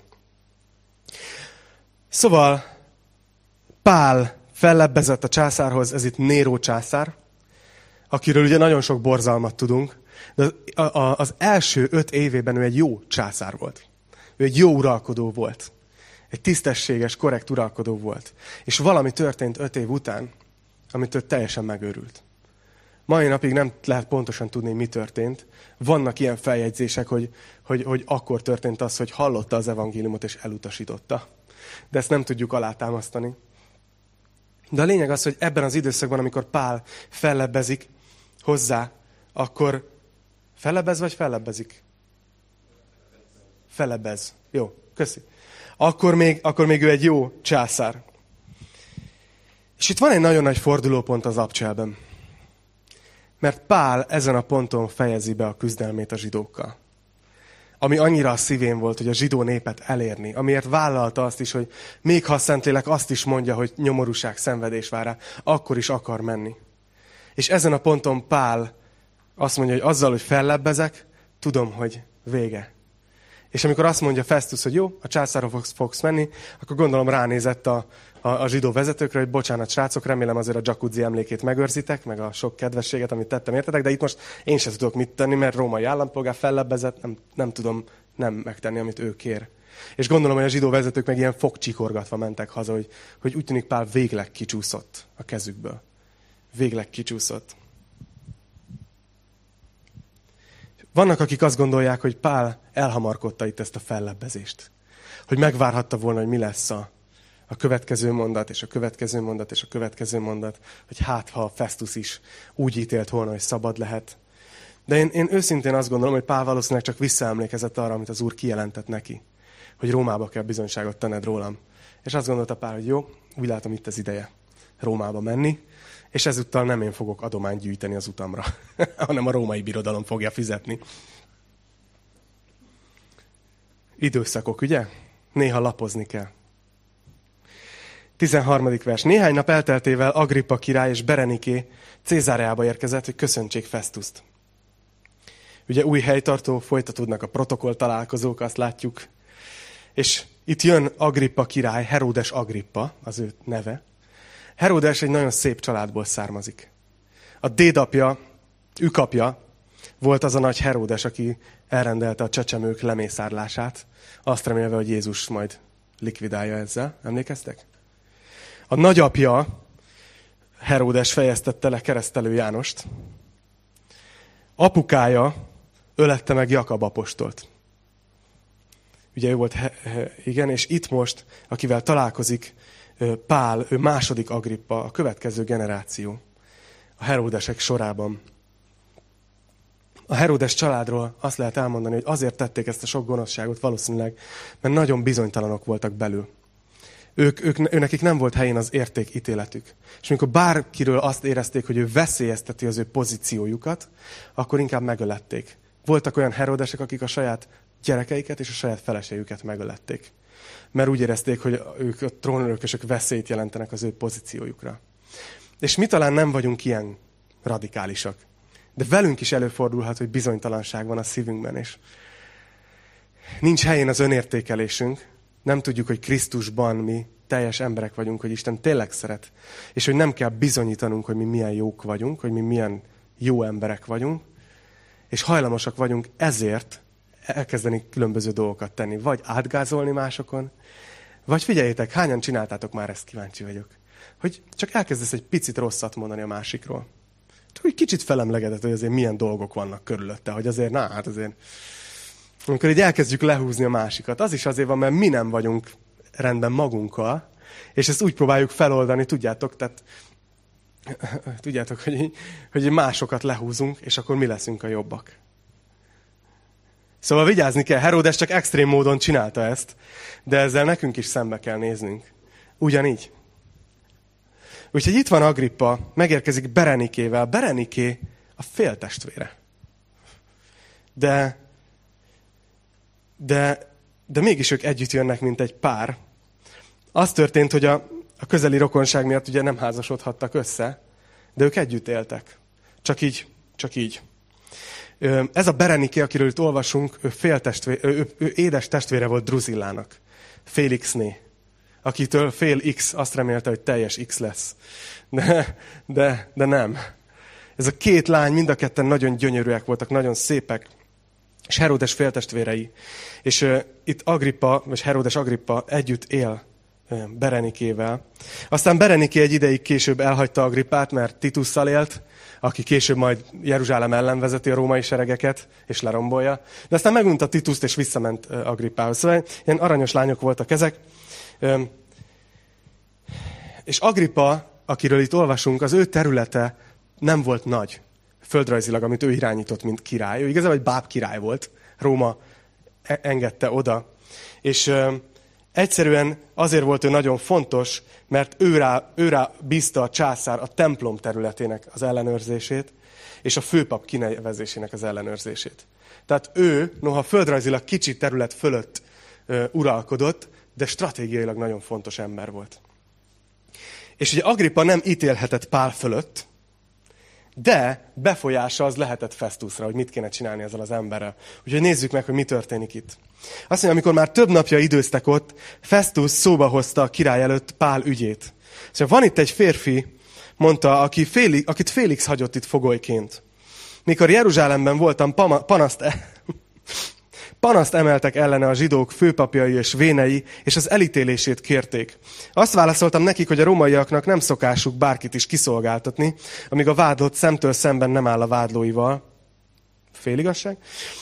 Szóval Pál fellebbezett a császárhoz, ez itt Néró császár, akiről ugye nagyon sok borzalmat tudunk, de az első 5 évében ő egy jó császár volt. Ő egy jó uralkodó volt. Egy tisztességes, korrekt uralkodó volt. És valami történt 5 év után, amitől teljesen megőrült. Mai napig nem lehet pontosan tudni, mi történt. Vannak ilyen feljegyzések, hogy akkor történt az, hogy hallotta az evangéliumot és elutasította. De ezt nem tudjuk alátámasztani. De a lényeg az, hogy ebben az időszakban, amikor Pál fellebbezik hozzá, akkor fellebbez vagy fellebbezik? Fellebbez. Jó, köszi. Akkor még ő egy jó császár. És itt van egy nagyon nagy fordulópont az Abcselben. Mert Pál ezen a ponton fejezi be a küzdelmét a zsidókkal. Ami annyira a szívén volt, hogy a zsidó népet elérni. Amiért vállalta azt is, hogy még ha a Szentlélek azt is mondja, hogy nyomorúság, szenvedés vár rá, akkor is akar menni. És ezen a ponton Pál azt mondja, hogy azzal, hogy fellebbezek, tudom, hogy vége. És amikor azt mondja Festus, hogy jó, a császárhoz fogsz menni, akkor gondolom ránézett a zsidó vezetőkre, hogy bocsánat, srácok, remélem azért a jacuzzi emlékét megőrzitek, meg a sok kedvességet, amit tettem, értetek, de itt most én sem tudok mit tenni, mert római állampolgár fellebbezett, nem tudom nem megtenni, amit ő kér. És gondolom, hogy a zsidó vezetők meg ilyen fogcsikorgatva mentek haza, hogy úgy tűnik Pál végleg kicsúszott a kezükből. Végleg kicsúszott. Vannak, akik azt gondolják, hogy Pál elhamarkodta itt ezt a fellebbezést. Hogy megvárhatta volna, hogy mi lesz a következő mondat, és a következő mondat, és a következő mondat, hogy hát, ha Festus is úgy ítélt volna, hogy szabad lehet. De én őszintén azt gondolom, hogy Pál valószínűleg csak visszaemlékezett arra, amit az Úr kijelentett neki, hogy Rómába kell bizonyságot tenned rólam. És azt gondolta Pál, hogy jó, úgy látom itt az ideje Rómába menni, és ezúttal nem én fogok adományt gyűjteni az utamra, hanem a római birodalom fogja fizetni. Időszakok, ugye? Néha lapozni kell. 13. vers. Néhány nap elteltével Agrippa király és Bereniké Cézáreába érkezett, hogy köszöntsék Festust. Ugye új helytartó, folytatódnak a protokoll találkozók, azt látjuk. És itt jön Agrippa király, Heródes Agrippa, az ő neve. Heródes egy nagyon szép családból származik. A dédapja, ükapja volt az a nagy Heródes, aki elrendelte a csecsemők lemészárlását, azt remélve, hogy Jézus majd likvidálja ezzel. Emlékeztek? A nagyapja, Heródes fejeztette le Keresztelő Jánost. Apukája ölette meg Jakab apostolt. Ugye ő volt, igen, és itt most, akivel találkozik Pál, ő második Agrippa, a következő generáció a Heródesek sorában. A Heródes családról azt lehet elmondani, hogy azért tették ezt a sok gonoszságot valószínűleg, mert nagyon bizonytalanok voltak belül. Nekik nem volt helyén az értékítéletük. És amikor bárkiről azt érezték, hogy ő veszélyezteti az ő pozíciójukat, akkor inkább megölették. Voltak olyan Heródesek, akik a saját gyerekeiket és a saját feleségüket megölették. Mert úgy érezték, hogy ők a trónörökösök veszélyt jelentenek az ő pozíciójukra. És mi talán nem vagyunk ilyen radikálisak. De velünk is előfordulhat, hogy bizonytalanság van a szívünkben, és nincs helyén az önértékelésünk. Nem tudjuk, hogy Krisztusban mi teljes emberek vagyunk, hogy Isten tényleg szeret. És hogy nem kell bizonyítanunk, hogy mi milyen jók vagyunk, hogy mi milyen jó emberek vagyunk. És hajlamosak vagyunk ezért elkezdeni különböző dolgokat tenni. Vagy átgázolni másokon, Vagy figyeljétek, hányan csináltátok már ezt, kíváncsi vagyok. Hogy csak elkezdesz egy picit rosszat mondani a másikról. Úgy kicsit felemlegedett, hogy azért milyen dolgok vannak körülötte, hogy azért, azért... Amikor így elkezdjük lehúzni a másikat, az is azért van, mert mi nem vagyunk rendben magunkkal, és ezt úgy próbáljuk feloldani, tudjátok, hogy másokat lehúzunk, és akkor mi leszünk a jobbak. Szóval vigyázni kell, Heródes csak extrém módon csinálta ezt, de ezzel nekünk is szembe kell néznünk. Ugyanígy. Úgyhogy itt van Agrippa, megérkezik Berenikével. Bereniké a féltestvére. De mégis ők együtt jönnek, mint egy pár. Az történt, hogy a közeli rokonság miatt ugye nem házasodhattak össze, de ők együtt éltek. Csak így. Ez a Bereniké, akiről itt olvasunk, ő édes testvére volt Druzillának, Félixné, akitől fél X azt remélte, hogy teljes X lesz. De nem. Ez a két lány, mind a ketten nagyon gyönyörűek voltak, nagyon szépek, és Heródes féltestvérei. És itt Agrippa, vagy Heródes Agrippa együtt él Berenikével. Aztán Bereniké egy ideig később elhagyta Agrippát, mert Titusszal élt, aki később majd Jeruzsálem ellen vezeti a római seregeket, és lerombolja. De aztán megunta Tituszt, és visszament Agrippához. Szóval ilyen aranyos lányok voltak ezek. És Agrippa, akiről itt olvasunk, az ő területe nem volt nagy, földrajzilag, amit ő irányított, mint király. Ő igazából egy bábkirály volt. Róma engedte oda. És egyszerűen azért volt ő nagyon fontos, mert őrá bízta a császár a templom területének az ellenőrzését, és a főpap kinevezésének az ellenőrzését. Tehát ő, noha földrajzilag kicsi terület fölött uralkodott, de stratégiailag nagyon fontos ember volt. És ugye Agrippa nem ítélhetett Pál fölött, de befolyása az lehetett Festusra, hogy mit kéne csinálni ezzel az emberrel. Úgyhogy nézzük meg, hogy mi történik itt. Azt mondja, amikor már több napja időztek ott, Festus szóba hozta a király előtt Pál ügyét. Szóval van itt egy férfi, mondta, akit Félix hagyott itt fogolyként. Mikor Jeruzsálemben voltam, panaszt emeltek ellene a zsidók főpapjai és vénei, és az elítélését kérték. Azt válaszoltam nekik, hogy a rómaiaknak nem szokásuk bárkit is kiszolgáltatni, amíg a vádlott szemtől szemben nem áll a vádlóival. Féligazság.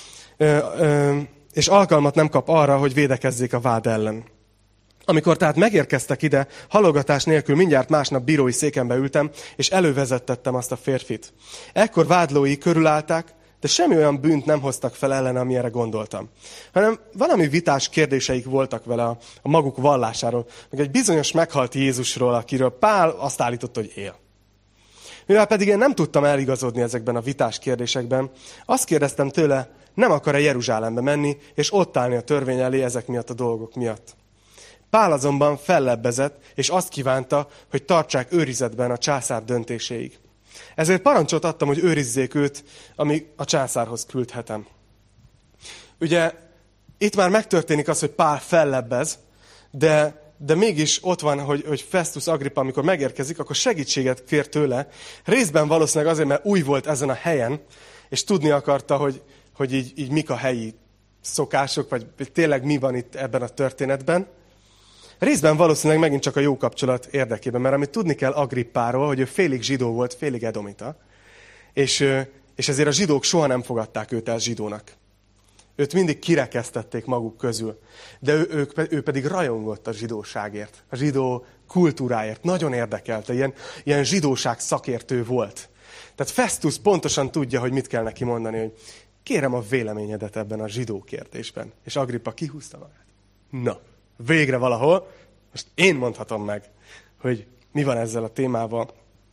És alkalmat nem kap arra, hogy védekezzék a vád ellen. Amikor tehát megérkeztek ide, halogatás nélkül mindjárt másnap bírói székembe ültem, és elővezettettem azt a férfit. Ekkor vádlói körülállták, de semmi olyan bűnt nem hoztak fel ellen, amire gondoltam. Hanem valami vitás kérdéseik voltak vele a maguk vallásáról, meg egy bizonyos meghalt Jézusról, akiről Pál azt állította, hogy él. Mivel pedig én nem tudtam eligazodni ezekben a vitás kérdésekben, azt kérdeztem tőle, nem akar-e Jeruzsálembe menni, és ott állni a törvény elé ezek miatt a dolgok miatt. Pál azonban fellebbezett, és azt kívánta, hogy tartsák őrizetben a császár döntéséig. Ezért parancsot adtam, hogy őrizzék őt, amíg a császárhoz küldhetem. Ugye itt már megtörténik az, hogy Pál fellebbez, de mégis ott van, hogy Festus Agrippa, amikor megérkezik, akkor segítséget kér tőle. Részben valószínűleg azért, mert új volt ezen a helyen, és tudni akarta, hogy így mik a helyi szokások, vagy tényleg mi van itt ebben a történetben. Részben valószínűleg megint csak a jó kapcsolat érdekében, mert amit tudni kell Agrippáról, hogy ő félig zsidó volt, félig edomita, és ezért a zsidók soha nem fogadták őt el zsidónak. Őt mindig kirekesztették maguk közül, de ő pedig rajongott a zsidóságért, a zsidó kultúráért, nagyon érdekelte, ilyen zsidóság szakértő volt. Tehát Festus pontosan tudja, hogy mit kell neki mondani, hogy kérem a véleményedet ebben a zsidó kérdésben. És Agrippa kihúzta magát. Na, végre valahol, most én mondhatom meg, hogy mi van ezzel a témával.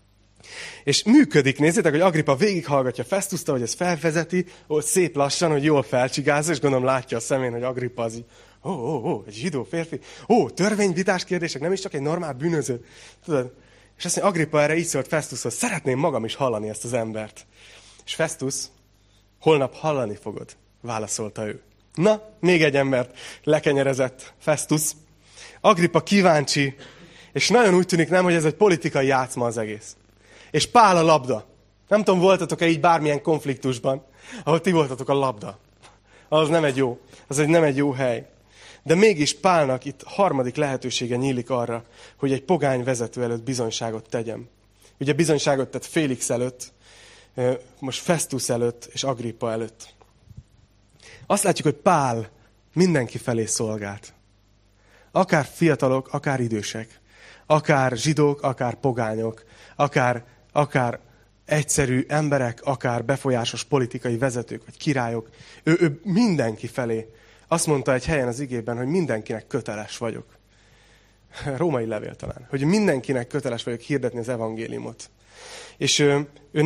És működik, nézzétek, hogy Agrippa végighallgatja Festust, hogy ez felvezeti, hogy szép lassan, hogy jól felcsigázza, és gondolom látja a szemén, hogy Agrippa az így, egy zsidó férfi, törvényvitás kérdések, nem is csak egy normál bűnöző. Tudod? És azt mondja, Agrippa erre így szólt Festushoz, szeretném magam is hallani ezt az embert. És Festus, holnap hallani fogod, válaszolta ő. Na, még egy embert lekenyerezett Festus. Agrippa kíváncsi, és nagyon úgy tűnik nem, hogy ez egy politikai játszma az egész. És Pál a labda. Nem tudom, voltatok-e így bármilyen konfliktusban, ahol ti voltatok a labda. Az nem egy jó hely. De mégis Pálnak itt harmadik lehetősége nyílik arra, hogy egy pogány vezető előtt bizonyságot tegyen. Ugye bizonyságot tett Félix előtt, most Festus előtt és Agrippa előtt. Azt látjuk, hogy Pál mindenki felé szolgált. Akár fiatalok, akár idősek. Akár zsidók, akár pogányok. Akár egyszerű emberek, akár befolyásos politikai vezetők, vagy királyok. Ő mindenki felé. Azt mondta egy helyen az igében, hogy mindenkinek köteles vagyok. Római levél talán. Hogy mindenkinek köteles vagyok hirdetni az evangéliumot. És ő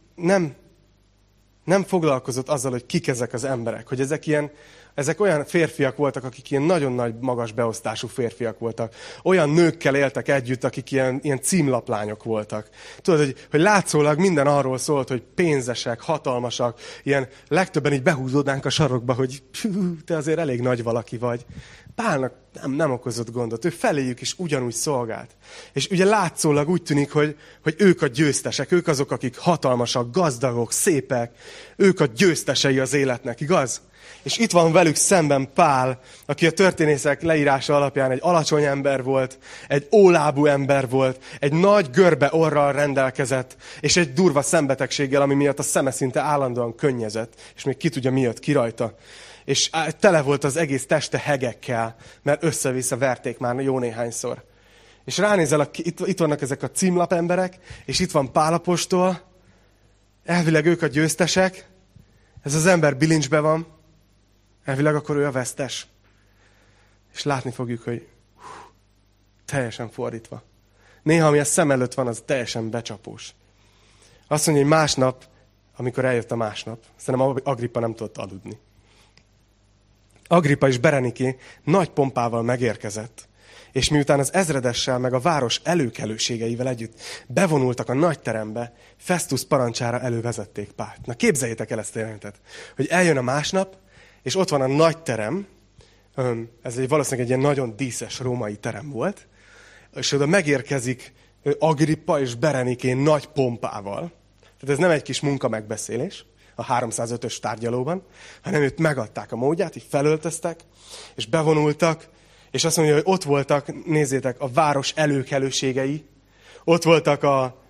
nem foglalkozott azzal, hogy kik ezek az emberek. Hogy ezek olyan férfiak voltak, akik ilyen nagyon nagy, magas beosztású férfiak voltak. Olyan nőkkel éltek együtt, akik ilyen címlaplányok voltak. Tudod, hogy látszólag minden arról szólt, hogy pénzesek, hatalmasak, ilyen legtöbben így behúzódnánk a sarokba, hogy te azért elég nagy valaki vagy. Pálnak nem okozott gondot. Ő feléjük is ugyanúgy szolgált. És ugye látszólag úgy tűnik, hogy ők a győztesek, ők azok, akik hatalmasak, gazdagok, szépek. Ők a győztesei az életnek, igaz? És itt van velük szemben Pál, aki a történészek leírása alapján egy alacsony ember volt, egy ólábú ember volt, egy nagy görbe orral rendelkezett, és egy durva szembetegséggel, ami miatt a szeme szinte állandóan könnyezett, és még ki tudja, mi jött ki rajta. És tele volt az egész teste hegekkel, mert össze-vissza verték már jó néhányszor. És ránézel, itt vannak ezek a címlap emberek, és itt van Pál apostol, elvileg ők a győztesek, ez az ember bilincsbe van, elvileg akkor ő a vesztes. És látni fogjuk, hogy teljesen fordítva. Néha, ami a szem előtt van, az teljesen becsapós. Azt mondja, hogy másnap, amikor eljött a másnap, szerintem Agrippa nem tudott aludni. Agrippa és Bereniké nagy pompával megérkezett, és miután az ezredessel meg a város előkelőségeivel együtt bevonultak a nagy terembe, Festus parancsára elővezették Pált. Na képzeljétek el ezt a jelenetet, hogy eljön a másnap, és ott van a nagy terem, ez valószínűleg egy ilyen nagyon díszes római terem volt, és oda megérkezik Agrippa és Bereniké nagy pompával. Tehát ez nem egy kis munkamegbeszélés a 305-ös tárgyalóban, hanem őt megadták a módját, így felöltöztek, és bevonultak, és azt mondja, hogy ott voltak, nézzétek, a város előkelőségei, ott voltak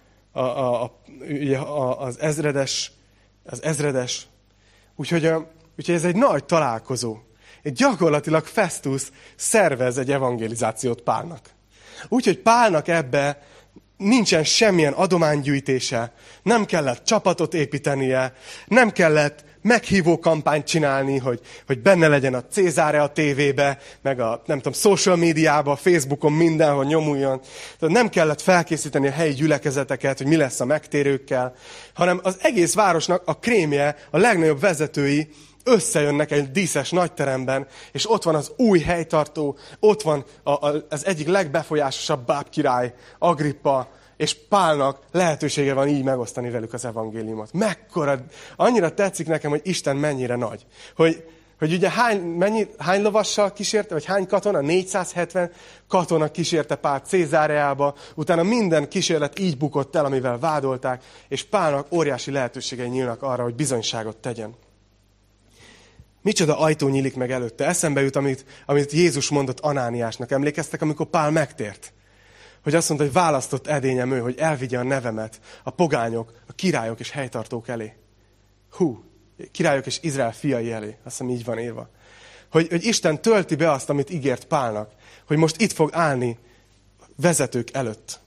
az ezredes, úgyhogy ez egy nagy találkozó. Gyakorlatilag Festus szervez egy evangelizációt Pálnak. Úgyhogy Pálnak ebbe nincsen semmilyen adománygyűjtése, nem kellett csapatot építenie, nem kellett meghívó kampányt csinálni, hogy benne legyen a Cézáre tévébe, meg a, nem tudom, social médiába, Facebookon, mindenhol nyomuljon. Tehát nem kellett felkészíteni a helyi gyülekezeteket, hogy mi lesz a megtérőkkel, hanem az egész városnak a krémje, a legnagyobb vezetői összejönnek egy díszes nagyteremben, és ott van az új helytartó, ott van az egyik legbefolyásosabb bábkirály, Agrippa, és Pálnak lehetősége van így megosztani velük az evangéliumot. Annyira tetszik nekem, hogy Isten mennyire nagy. Hogy ugye hány lovassal kísérte, vagy hány katona? 470 katona kísérte Pált Cézáreába, utána minden kísérlet így bukott el, amivel vádolták, és Pálnak óriási lehetőségei nyílnak arra, hogy bizonyságot tegyen. Micsoda ajtó nyílik meg előtte. Eszembe jut, amit Jézus mondott Anániásnak. Emlékeztek, amikor Pál megtért? Hogy azt mondta, hogy választott edényem ő, hogy elvigye a nevemet a pogányok, a királyok és helytartók elé. Királyok és Izrael fiai elé. Azt hiszem, így van írva. Hogy Isten tölti be azt, amit ígért Pálnak. Hogy most itt fog állni vezetők előtt.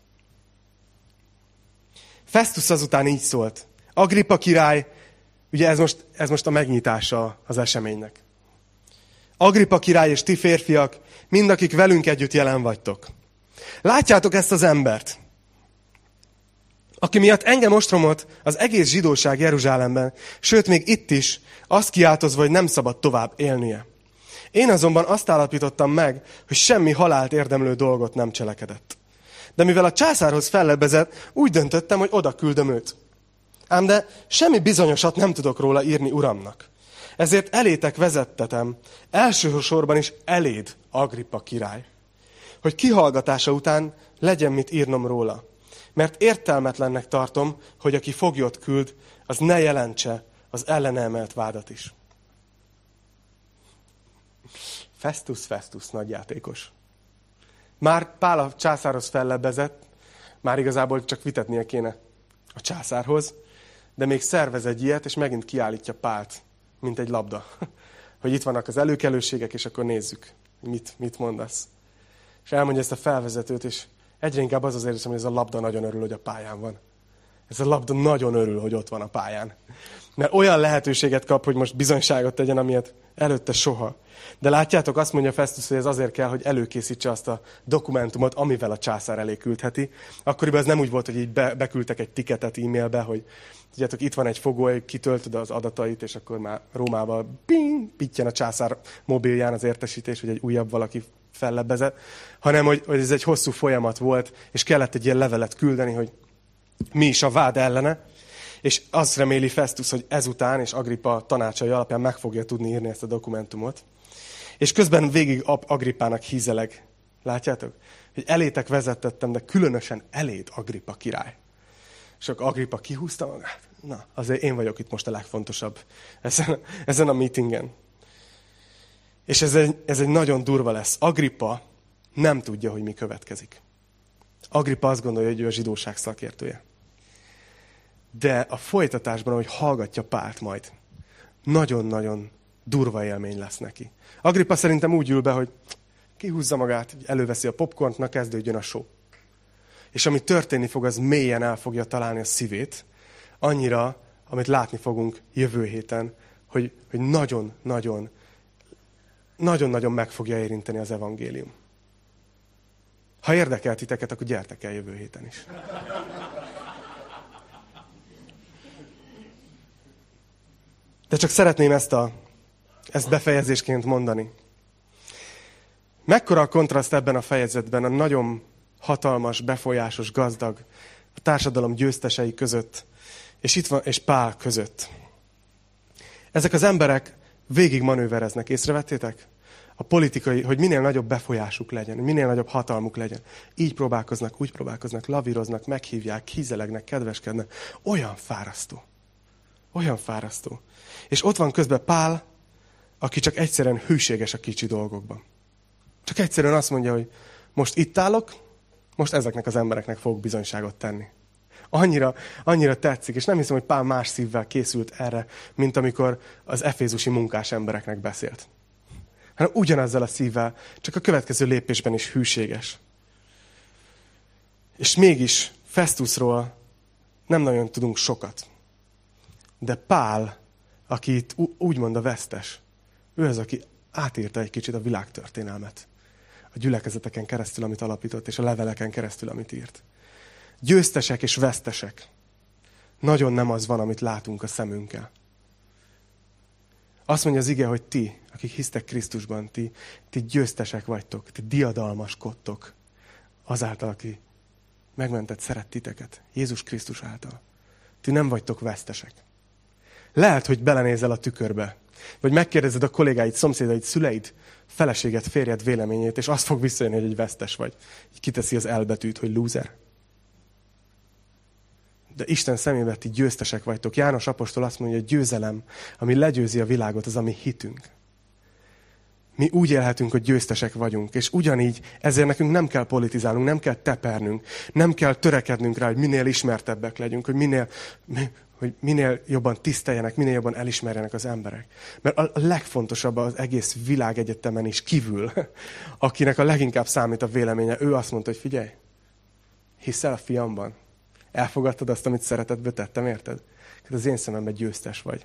Festus azután így szólt. Agrippa király, ugye ez most a megnyitása az eseménynek. Agrippa király és ti férfiak, mind akik velünk együtt jelen vagytok. Látjátok ezt az embert, aki miatt engem ostromolt az egész zsidóság Jeruzsálemben, sőt még itt is, azt kiáltozva, hogy nem szabad tovább élnie. Én azonban azt állapítottam meg, hogy semmi halált érdemlő dolgot nem cselekedett. De mivel a császárhoz fellebbezett, úgy döntöttem, hogy oda küldöm őt. Ám de semmi bizonyosat nem tudok róla írni uramnak. Ezért elétek vezettetem, elsősorban is eléd, Agrippa király, hogy kihallgatása után legyen mit írnom róla. Mert értelmetlennek tartom, hogy aki foglyot küld, az ne jelentse az ellene emelt vádat is. Festus nagyjátékos. Már Pál a császárhoz fellebbezett, már igazából csak vitetnie kéne a császárhoz, de még szervez egy ilyet, és megint kiállítja Pált, mint egy labda. Hogy itt vannak az előkelőségek, és akkor nézzük, mit mondasz. És elmondja ezt a felvezetőt, és egyre inkább az érzem, hogy ez a labda nagyon örül, hogy a pályán van. Ez a labda nagyon örül, hogy ott van a pályán. Mert olyan lehetőséget kap, hogy most bizonyságot tegyen, amilyet előtte soha. De látjátok, azt mondja Festus, hogy ez azért kell, hogy előkészítse azt a dokumentumot, amivel a császár elé küldheti. Akkoriban ez nem úgy volt, hogy így beküldtek egy tiketet e-mailbe, hogy tudjátok, itt van egy fogoly, kitöltöd az adatait, és akkor már Rómában pittyen a császár mobilján az értesítés, hogy egy újabb valaki fellebbezett, hanem hogy ez egy hosszú folyamat volt, és kellett egy ilyen levelet küldeni, hogy mi is a vád ellene, és azt reméli Festus, hogy ezután, és Agrippa tanácsai alapján meg fogja tudni írni ezt a dokumentumot. És közben végig Agrippának hízeleg. Látjátok? Hogy elétek vezettettem, de különösen eléd, Agrippa király. És akkor Agrippa kihúzta magát. Na, azért én vagyok itt most a legfontosabb ezen a meetingen. És ez egy nagyon durva lesz. Agrippa nem tudja, hogy mi következik. Agrippa azt gondolja, hogy ő a zsidóság szakértője. De a folytatásban, ahogy hallgatja Pált majd, nagyon-nagyon durva élmény lesz neki. Agrippa szerintem úgy ül be, hogy kihúzza magát, előveszi a popcornt, na kezdődjön a show. És ami történni fog, az mélyen el fogja találni a szívét, annyira, amit látni fogunk jövő héten, hogy nagyon-nagyon meg fogja érinteni az evangélium. Ha érdekel titeket, akkor gyertek el jövő héten is. De csak szeretném ezt befejezésként mondani. Mekkora a kontraszt ebben a fejezetben a nagyon hatalmas, befolyásos, gazdag, a társadalom győztesei között, és itt van, és Pál között. Ezek az emberek végig manővereznek, észrevettétek? A politikai, hogy minél nagyobb befolyásuk legyen, minél nagyobb hatalmuk legyen. Így próbálkoznak, úgy próbálkoznak, lavíroznak, meghívják, hízelegnek, kedveskednek. Olyan fárasztó. Olyan fárasztó. És ott van közben Pál, aki csak egyszerűen hűséges a kicsi dolgokban. Csak egyszerűen azt mondja, hogy most itt állok, most ezeknek az embereknek fogok bizonyságot tenni. Annyira tetszik, és nem hiszem, hogy Pál más szívvel készült erre, mint amikor az efézusi munkás embereknek beszélt. Hanem ugyanezzel a szívvel, csak a következő lépésben is hűséges. És mégis Festusról nem nagyon tudunk sokat. De Pál, aki itt úgymond a vesztes, ő az, aki átírta egy kicsit a világtörténelmet. A gyülekezeteken keresztül, amit alapított, és a leveleken keresztül, amit írt. Győztesek és vesztesek. Nagyon nem az van, amit látunk a szemünkkel. Azt mondja az ige, hogy ti, akik hisztek Krisztusban, ti győztesek vagytok, ti diadalmaskodtok azáltal, aki megmentett, szeret titeket, Jézus Krisztus által. Ti nem vagytok vesztesek. Lehet, hogy belenézel a tükörbe, vagy megkérdezed a kollégáid, szomszédaid, szüleid, feleséged, férjed véleményét, és azt fog visszajönni, hogy egy vesztes vagy. Így kiteszi az elbetűt, hogy loser. De Isten szemében ti győztesek vagytok. János apostol azt mondja, hogy győzelem, ami legyőzi a világot, az a mi hitünk. Mi úgy élhetünk, hogy győztesek vagyunk, és ugyanígy ezért nekünk nem kell politizálnunk, nem kell tepernünk, nem kell törekednünk rá, hogy minél ismertebbek legyünk, hogy minél jobban tiszteljenek, minél jobban elismerjenek az emberek. Mert a legfontosabb az egész világegyetemen is kívül, akinek a leginkább számít a véleménye, ő azt mondta, hogy figyelj, hiszel a fiamban? Elfogadtad azt, amit szeretetből tettem, érted? Az én szememben győztes vagy.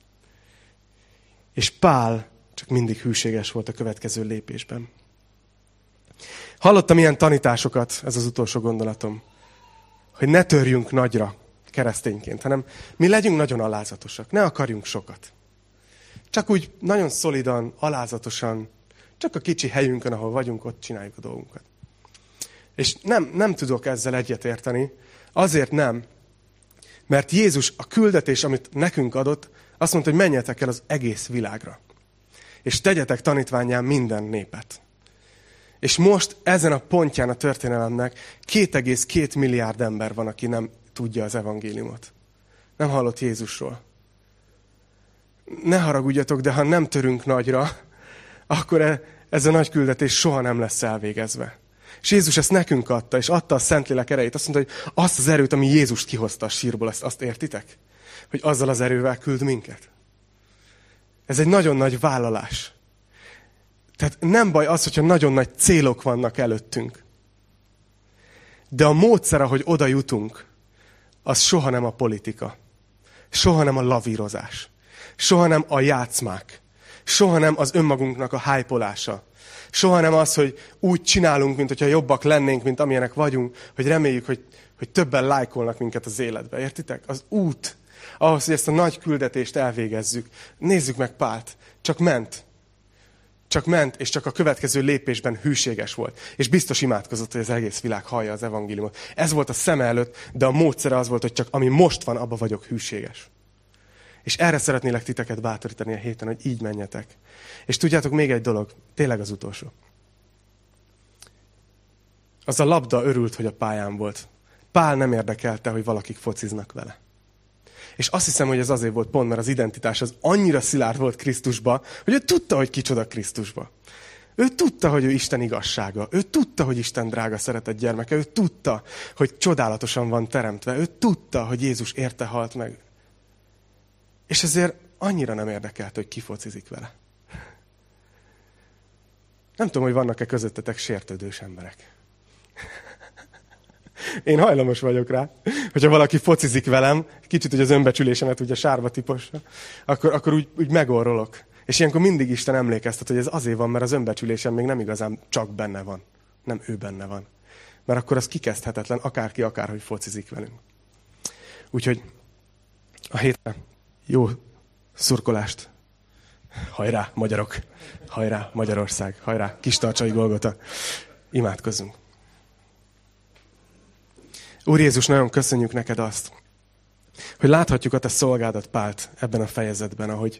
És Pál csak mindig hűséges volt a következő lépésben. Hallottam ilyen tanításokat, ez az utolsó gondolatom, hogy ne törjünk nagyra keresztényként, hanem mi legyünk nagyon alázatosak, ne akarjunk sokat. Csak úgy nagyon szolidan, alázatosan, csak a kicsi helyünkön, ahol vagyunk, ott csináljuk a dolgunkat. És nem tudok ezzel egyetérteni, azért nem, mert Jézus a küldetés, amit nekünk adott, azt mondta, hogy menjetek el az egész világra. És tegyetek tanítvánnyá minden népet. És most ezen a pontján a történelemnek 2,2 milliárd ember van, aki nem tudja az evangéliumot. Nem hallott Jézusról. Ne haragudjatok, de ha nem törünk nagyra, akkor ez a nagy küldetés soha nem lesz elvégezve. És Jézus ezt nekünk adta, és adta a Szentlélek erejét. Azt mondta, hogy azt az erőt, ami Jézust kihozta a sírból, azt értitek? Hogy azzal az erővel küld minket. Ez egy nagyon nagy vállalás. Tehát nem baj az, hogyha nagyon nagy célok vannak előttünk. De a módszer, ahogy oda jutunk, az soha nem a politika. Soha nem a lavírozás. Soha nem a játszmák. Soha nem az önmagunknak a hájpolása. Soha nem az, hogy úgy csinálunk, mint hogyha jobbak lennénk, mint amilyenek vagyunk, hogy reméljük, hogy többen lájkolnak minket az életbe. Értitek? Az út, ahhoz, hogy ezt a nagy küldetést elvégezzük. Nézzük meg Pált. Csak ment, és csak a következő lépésben hűséges volt. És biztos imádkozott, hogy az egész világ hallja az evangéliumot. Ez volt a szeme előtt, de a módszere az volt, hogy csak ami most van, abba vagyok hűséges. És erre szeretnélek titeket bátorítani a héten, hogy így menjetek. És tudjátok, még egy dolog, tényleg az utolsó. Az a labda örült, hogy a pályán volt. Pál nem érdekelte, hogy valakik fociznak vele. És azt hiszem, hogy ez azért volt pont, mert az identitás az annyira szilárd volt Krisztusba, hogy ő tudta, hogy kicsoda Krisztusba. Ő tudta, hogy ő Isten igazsága. Ő tudta, hogy Isten drága szeretett gyermeke. Ő tudta, hogy csodálatosan van teremtve. Ő tudta, hogy Jézus érte halt meg. És ezért annyira nem érdekelt, hogy ki focizik vele. Nem tudom, hogy vannak-e közöttetek sértődős emberek. Én hajlamos vagyok rá, hogyha valaki focizik velem, kicsit, hogy az önbecsülésemet ugye sárba tipossa, akkor úgy megorrolok. És ilyenkor mindig Isten emlékeztet, hogy ez azért van, mert az önbecsülésem még nem igazán csak benne van. Nem ő benne van. Mert akkor az kikezdhetetlen, akárki, akárhogy focizik velünk. Úgyhogy a héten jó szurkolást. Hajrá, magyarok! Hajrá, Magyarország! Hajrá, Kistarcsai Golgota! Imádkozzunk! Úr Jézus, nagyon köszönjük neked azt, hogy láthatjuk a te szolgádat Pált ebben a fejezetben, ahogy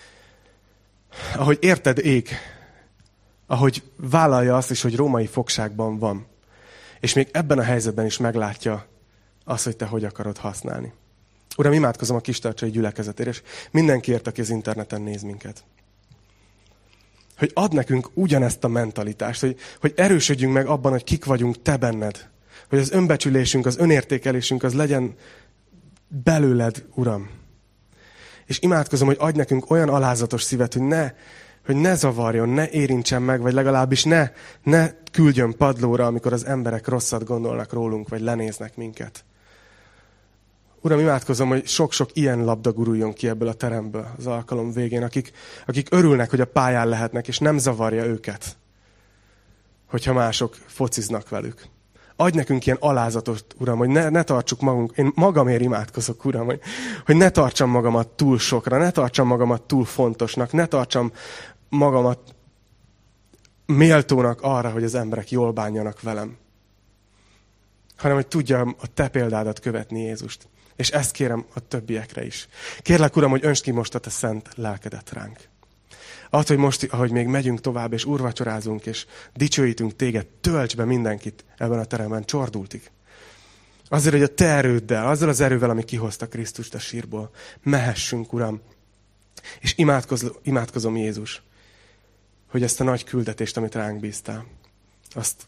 érted ég, ahogy vállalja azt is, hogy római fogságban van, és még ebben a helyzetben is meglátja azt, hogy te hogy akarod használni. Uram, imádkozom a Kistarcsai gyülekezetére, és mindenkiért, aki az interneten néz minket. Hogy add nekünk ugyanezt a mentalitást, hogy erősödjünk meg abban, hogy kik vagyunk te benned. Hogy az önbecsülésünk, az önértékelésünk az legyen belőled, Uram. És imádkozom, hogy adj nekünk olyan alázatos szívet, hogy ne zavarjon, ne érintsen meg, vagy legalábbis ne küldjön padlóra, amikor az emberek rosszat gondolnak rólunk, vagy lenéznek minket. Uram, imádkozom, hogy sok-sok ilyen labda guruljon ki ebből a teremből az alkalom végén, akik örülnek, hogy a pályán lehetnek, és nem zavarja őket, hogyha mások fociznak velük. Adj nekünk ilyen alázatos, Uram, hogy ne tartsuk magunk, én magamért imádkozok, Uram, hogy ne tartsam magamat túl sokra, ne tartsam magamat túl fontosnak, ne tartsam magamat méltónak arra, hogy az emberek jól bánjanak velem. Hanem, hogy tudjam a te példádat követni, Jézust. És ezt kérem a többiekre is. Kérlek, Uram, hogy öntsd ki most a te szent lelkedet ránk. Ahhoz, hogy most, ahogy még megyünk tovább, és úrvacsorázunk, és dicsőítünk téged, tölts be mindenkit ebben a teremben csordultig. Azért, hogy a te erőddel, azzal az erővel, ami kihozta Krisztust a sírból, mehessünk, Uram. És imádkozom, Jézus, hogy ezt a nagy küldetést, amit ránk bíztál, azt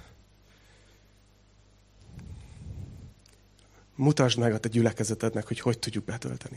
mutasd meg a te gyülekezetednek, hogy tudjuk betölteni.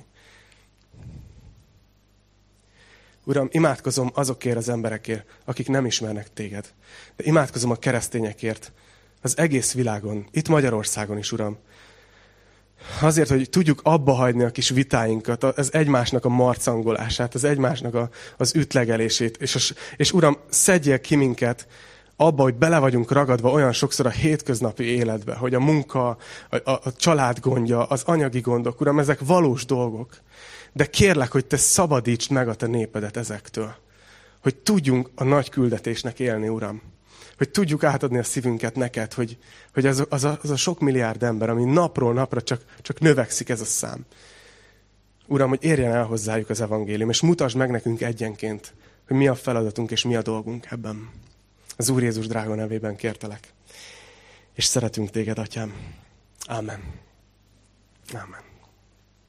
Uram, imádkozom azokért az emberekért, akik nem ismernek téged. De imádkozom a keresztényekért az egész világon, itt Magyarországon is, Uram. Azért, hogy tudjuk abba hagyni a kis vitáinkat, az egymásnak a marcangolását, az egymásnak az ütlegelését. És Uram, szedjél ki minket abba, hogy bele vagyunk ragadva olyan sokszor a hétköznapi életbe, hogy a munka, a család gondja, az anyagi gondok, Uram, ezek valós dolgok. De kérlek, hogy te szabadítsd meg a te népedet ezektől. Hogy tudjunk a nagy küldetésnek élni, Uram. Hogy tudjuk átadni a szívünket neked, hogy az a sok milliárd ember, ami napról napra csak növekszik ez a szám. Uram, hogy érjen el hozzájuk az evangélium, és mutasd meg nekünk egyenként, hogy mi a feladatunk és mi a dolgunk ebben. Az Úr Jézus drága nevében kértelek. És szeretünk téged, Atyám. Ámen. Ámen.